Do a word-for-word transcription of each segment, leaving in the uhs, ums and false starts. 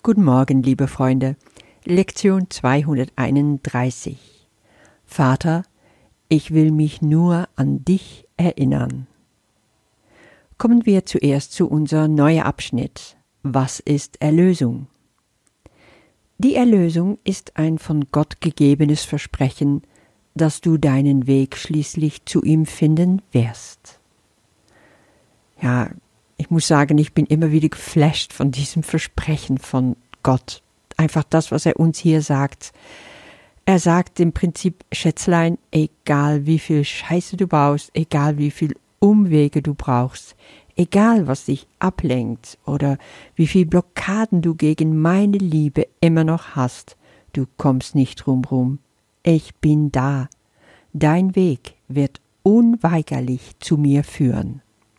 Guten Morgen, liebe Freunde. Lektion zweihunderteinunddreißig. Vater, ich will mich nur an dich erinnern. Kommen wir zuerst zu unserem neuen Abschnitt. Was ist Erlösung? Die Erlösung ist ein von Gott gegebenes Versprechen, dass du deinen Weg schließlich zu ihm finden wirst. Ja, ich muss sagen, ich bin immer wieder geflasht von diesem Versprechen von Gott. Einfach das, was er uns hier sagt. Er sagt im Prinzip, Schätzlein, egal wie viel Scheiße du baust, egal wie viel Umwege du brauchst, egal was dich ablenkt oder wie viel Blockaden du gegen meine Liebe immer noch hast, du kommst nicht drumrum. Ich bin da. Dein Weg wird unweigerlich zu mir führen.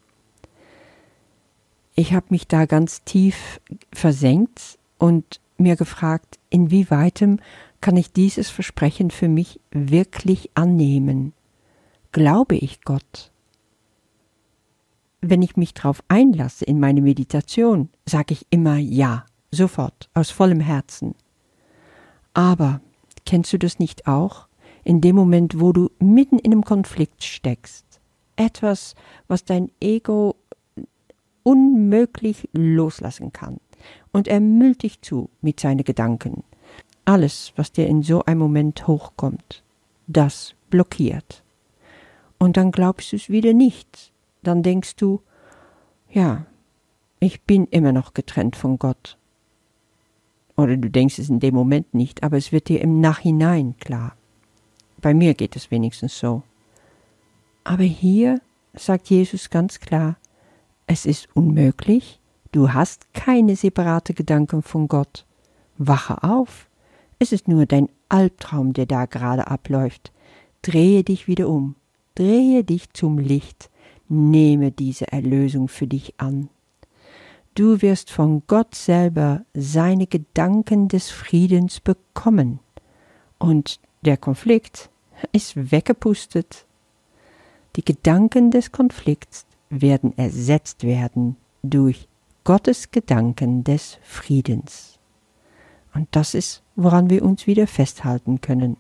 Ich habe mich da ganz tief versenkt und mir gefragt, inwieweitem kann ich dieses Versprechen für mich wirklich annehmen? Glaube ich Gott? Wenn ich mich darauf einlasse in meine Meditation, sage ich immer ja, sofort, aus vollem Herzen. Aber kennst du das nicht auch? In dem Moment, wo du mitten in einem Konflikt steckst, etwas, was dein Ego unmöglich loslassen kann. Und er müllt dich zu mit seinen Gedanken. Alles, was dir in so einem Moment hochkommt, das blockiert. Und dann glaubst du es wieder nicht. Dann denkst du, ja, ich bin immer noch getrennt von Gott. Oder du denkst es in dem Moment nicht, aber es wird dir im Nachhinein klar. Bei mir geht es wenigstens so. Aber hier sagt Jesus ganz klar, es ist unmöglich, du hast keine separate Gedanken von Gott. Wache auf, es ist nur dein Albtraum, der da gerade abläuft. Drehe dich wieder um, drehe dich zum Licht, nehme diese Erlösung für dich an. Du wirst von Gott selber seine Gedanken des Friedens bekommen. Und der Konflikt ist weggepustet. Die Gedanken des Konflikts werden ersetzt werden durch Gottes Gedanken des Friedens. Und das ist, woran wir uns wieder festhalten können.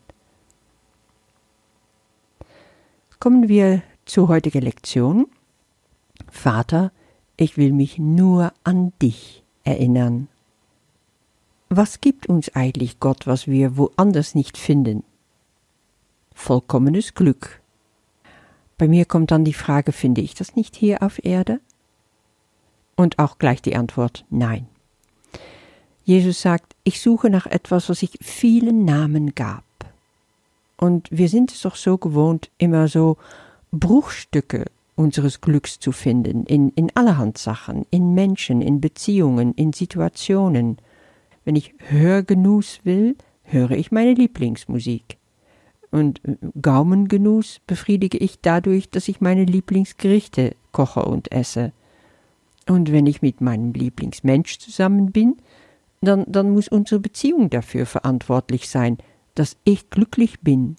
Kommen wir zur heutigen Lektion. Vater, ich will mich nur an dich erinnern. Was gibt uns eigentlich Gott, was wir woanders nicht finden? Vollkommenes Glück. Bei mir kommt dann die Frage, finde ich das nicht hier auf Erde? Und auch gleich die Antwort, nein. Jesus sagt, ich suche nach etwas, was ich vielen Namen gab. Und wir sind es doch so gewohnt, immer so Bruchstücke unseres Glücks zu finden, in, in allerhand Sachen, in Menschen, in Beziehungen, in Situationen. Wenn ich Hörgenuss will, höre ich meine Lieblingsmusik. Und Gaumengenuss befriedige ich dadurch, dass ich meine Lieblingsgerichte koche und esse. Und wenn ich mit meinem Lieblingsmensch zusammen bin, dann, dann muss unsere Beziehung dafür verantwortlich sein, dass ich glücklich bin.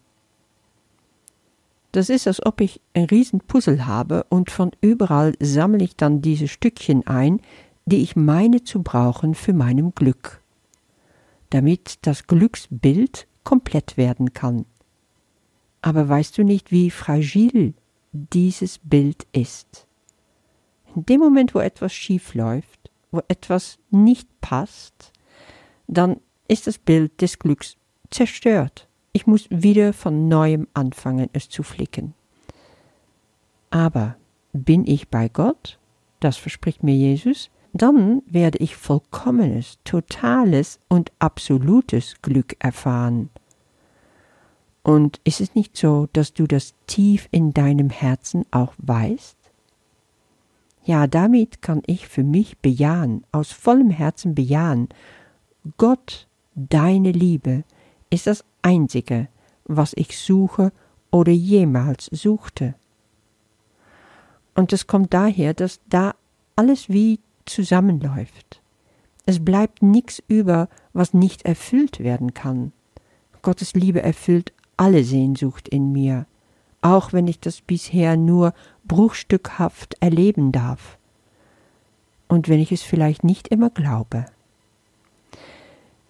Das ist, als ob ich ein riesen Puzzle habe und von überall sammle ich dann diese Stückchen ein, die ich meine zu brauchen für meinem Glück, damit das Glücksbild komplett werden kann. Aber weißt du nicht, wie fragil dieses Bild ist? In dem Moment, wo etwas schief läuft, wo etwas nicht passt, dann ist das Bild des Glücks zerstört. Ich muss wieder von Neuem anfangen, es zu flicken. Aber bin ich bei Gott, das verspricht mir Jesus, dann werde ich vollkommenes, totales und absolutes Glück erfahren. Und ist es nicht so, dass du das tief in deinem Herzen auch weißt? Ja, damit kann ich für mich bejahen, aus vollem Herzen bejahen, Gott, deine Liebe, ist das Einzige, was ich suche oder jemals suchte. Und es kommt daher, dass da alles wie zusammenläuft. Es bleibt nichts über, was nicht erfüllt werden kann. Gottes Liebe erfüllt alle Sehnsucht in mir, auch wenn ich das bisher nur bruchstückhaft erleben darf. Und wenn ich es vielleicht nicht immer glaube.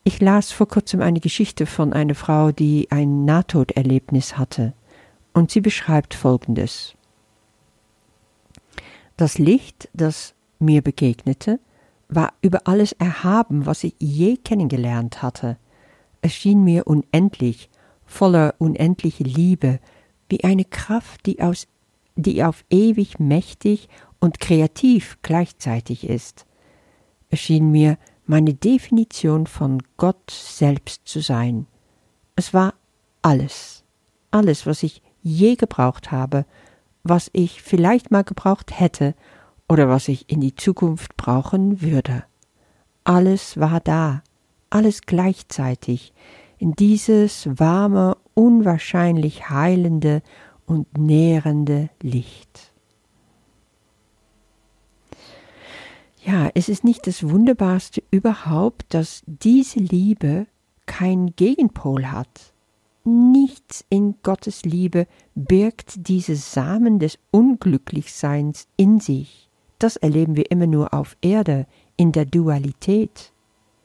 Ich las vor kurzem eine Geschichte von einer Frau, die ein Nahtoderlebnis hatte, und sie beschreibt Folgendes. Das Licht, das mir begegnete, war über alles erhaben, was ich je kennengelernt hatte. Es schien mir unendlich, voller unendlicher Liebe, wie eine Kraft, die, aus, die auf ewig mächtig und kreativ gleichzeitig ist. Es schien mir meine Definition von Gott selbst zu sein. Es war alles, alles, was ich je gebraucht habe, was ich vielleicht mal gebraucht hätte oder was ich in die Zukunft brauchen würde. Alles war da, alles gleichzeitig, in dieses warme, unwahrscheinlich heilende und nährende Licht. Ja, es ist nicht das Wunderbarste überhaupt, dass diese Liebe keinen Gegenpol hat. Nichts in Gottes Liebe birgt diese Samen des Unglücklichseins in sich. Das erleben wir immer nur auf Erde, in der Dualität.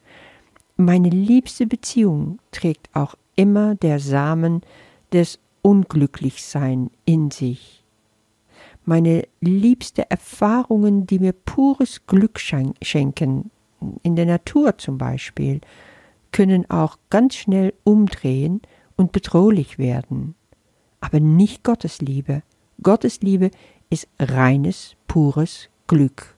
Meine liebste Beziehung trägt auch immer der Samen des Unglücklichseins in sich. Meine liebste Erfahrungen, die mir pures Glück schenken, in der Natur zum Beispiel, können auch ganz schnell umdrehen und bedrohlich werden. Aber nicht Gottes Liebe. Gottes Liebe ist reines, pures Glück.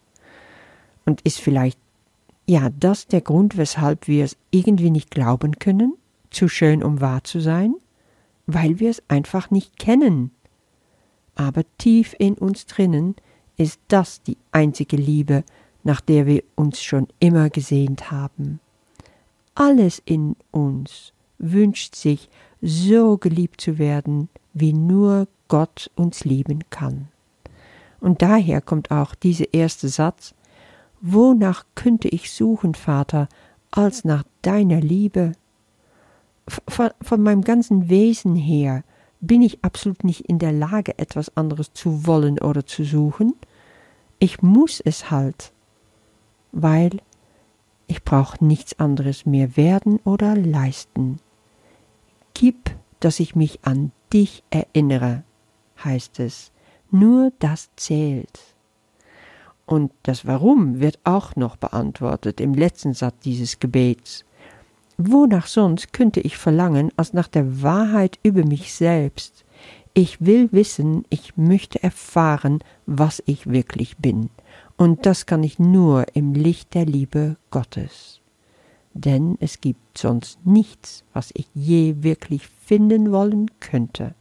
Und ist vielleicht, ja, das der Grund, weshalb wir es irgendwie nicht glauben können, zu schön, um wahr zu sein? Weil wir es einfach nicht kennen. Aber tief in uns drinnen ist das die einzige Liebe, nach der wir uns schon immer gesehnt haben. Alles in uns wünscht sich, so geliebt zu werden, wie nur Gott uns lieben kann. Und daher kommt auch dieser erste Satz: Wonach könnte ich suchen, Vater, als nach deiner Liebe? Von, von meinem ganzen Wesen her bin ich absolut nicht in der Lage, etwas anderes zu wollen oder zu suchen. Ich muss es halt, weil ich brauche nichts anderes mehr werden oder leisten. Gib, dass ich mich an dich erinnere, heißt es. Nur das zählt. Und das Warum wird auch noch beantwortet im letzten Satz dieses Gebets. Wonach sonst könnte ich verlangen, als nach der Wahrheit über mich selbst? Ich will wissen, ich möchte erfahren, was ich wirklich bin. Und das kann ich nur im Licht der Liebe Gottes. Denn es gibt sonst nichts, was ich je wirklich finden wollen könnte.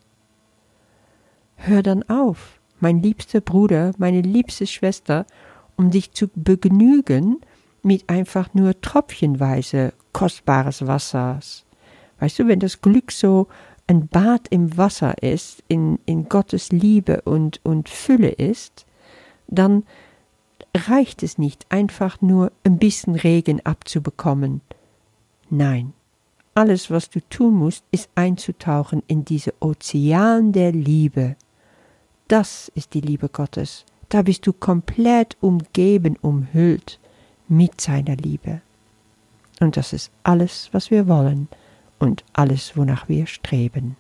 Hör dann auf, mein liebster Bruder, meine liebste Schwester, um dich zu begnügen mit einfach nur tröpfchenweise kostbares Wassers. Weißt du, wenn das Glück so ein Bad im Wasser ist, in, in Gottes Liebe und, und Fülle ist, dann reicht es nicht, einfach nur ein bisschen Regen abzubekommen. Nein, alles, was du tun musst, ist einzutauchen in diese Ozean der Liebe. Das ist die Liebe Gottes. Da bist du komplett umgeben, umhüllt mit seiner Liebe. Und das ist alles, was wir wollen und alles, wonach wir streben.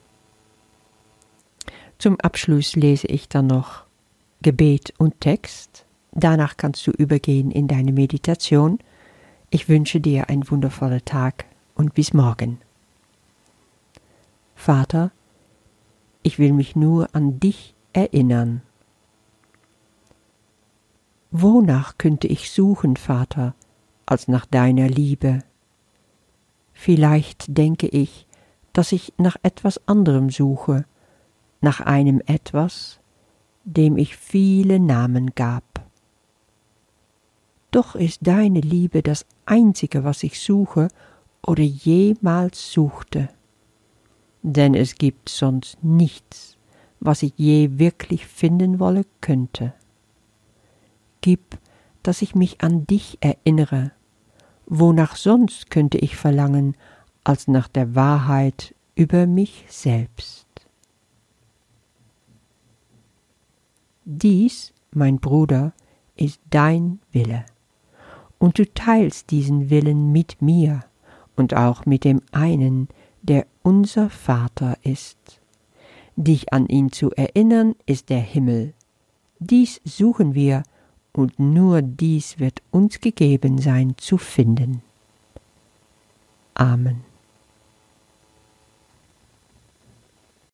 Zum Abschluss lese ich dann noch Gebet und Text. Danach kannst du übergehen in deine Meditation. Ich wünsche dir einen wundervollen Tag und bis morgen. Vater, ich will mich nur an dich erinnern. Wonach könnte ich suchen, Vater, als nach deiner Liebe? Vielleicht denke ich, dass ich nach etwas anderem suche, nach einem Etwas, dem ich viele Namen gab. Doch ist deine Liebe das Einzige, was ich suche oder jemals suchte. Denn es gibt sonst nichts, was ich je wirklich finden wolle könnte. Gib, dass ich mich an dich erinnere. Wonach sonst könnte ich verlangen, als nach der Wahrheit über mich selbst? Dies, mein Bruder, ist dein Wille, und du teilst diesen Willen mit mir, und auch mit dem einen, der unser Vater ist. Dich an ihn zu erinnern, ist der Himmel. Dies suchen wir, und nur dies wird uns gegeben sein zu finden. Amen.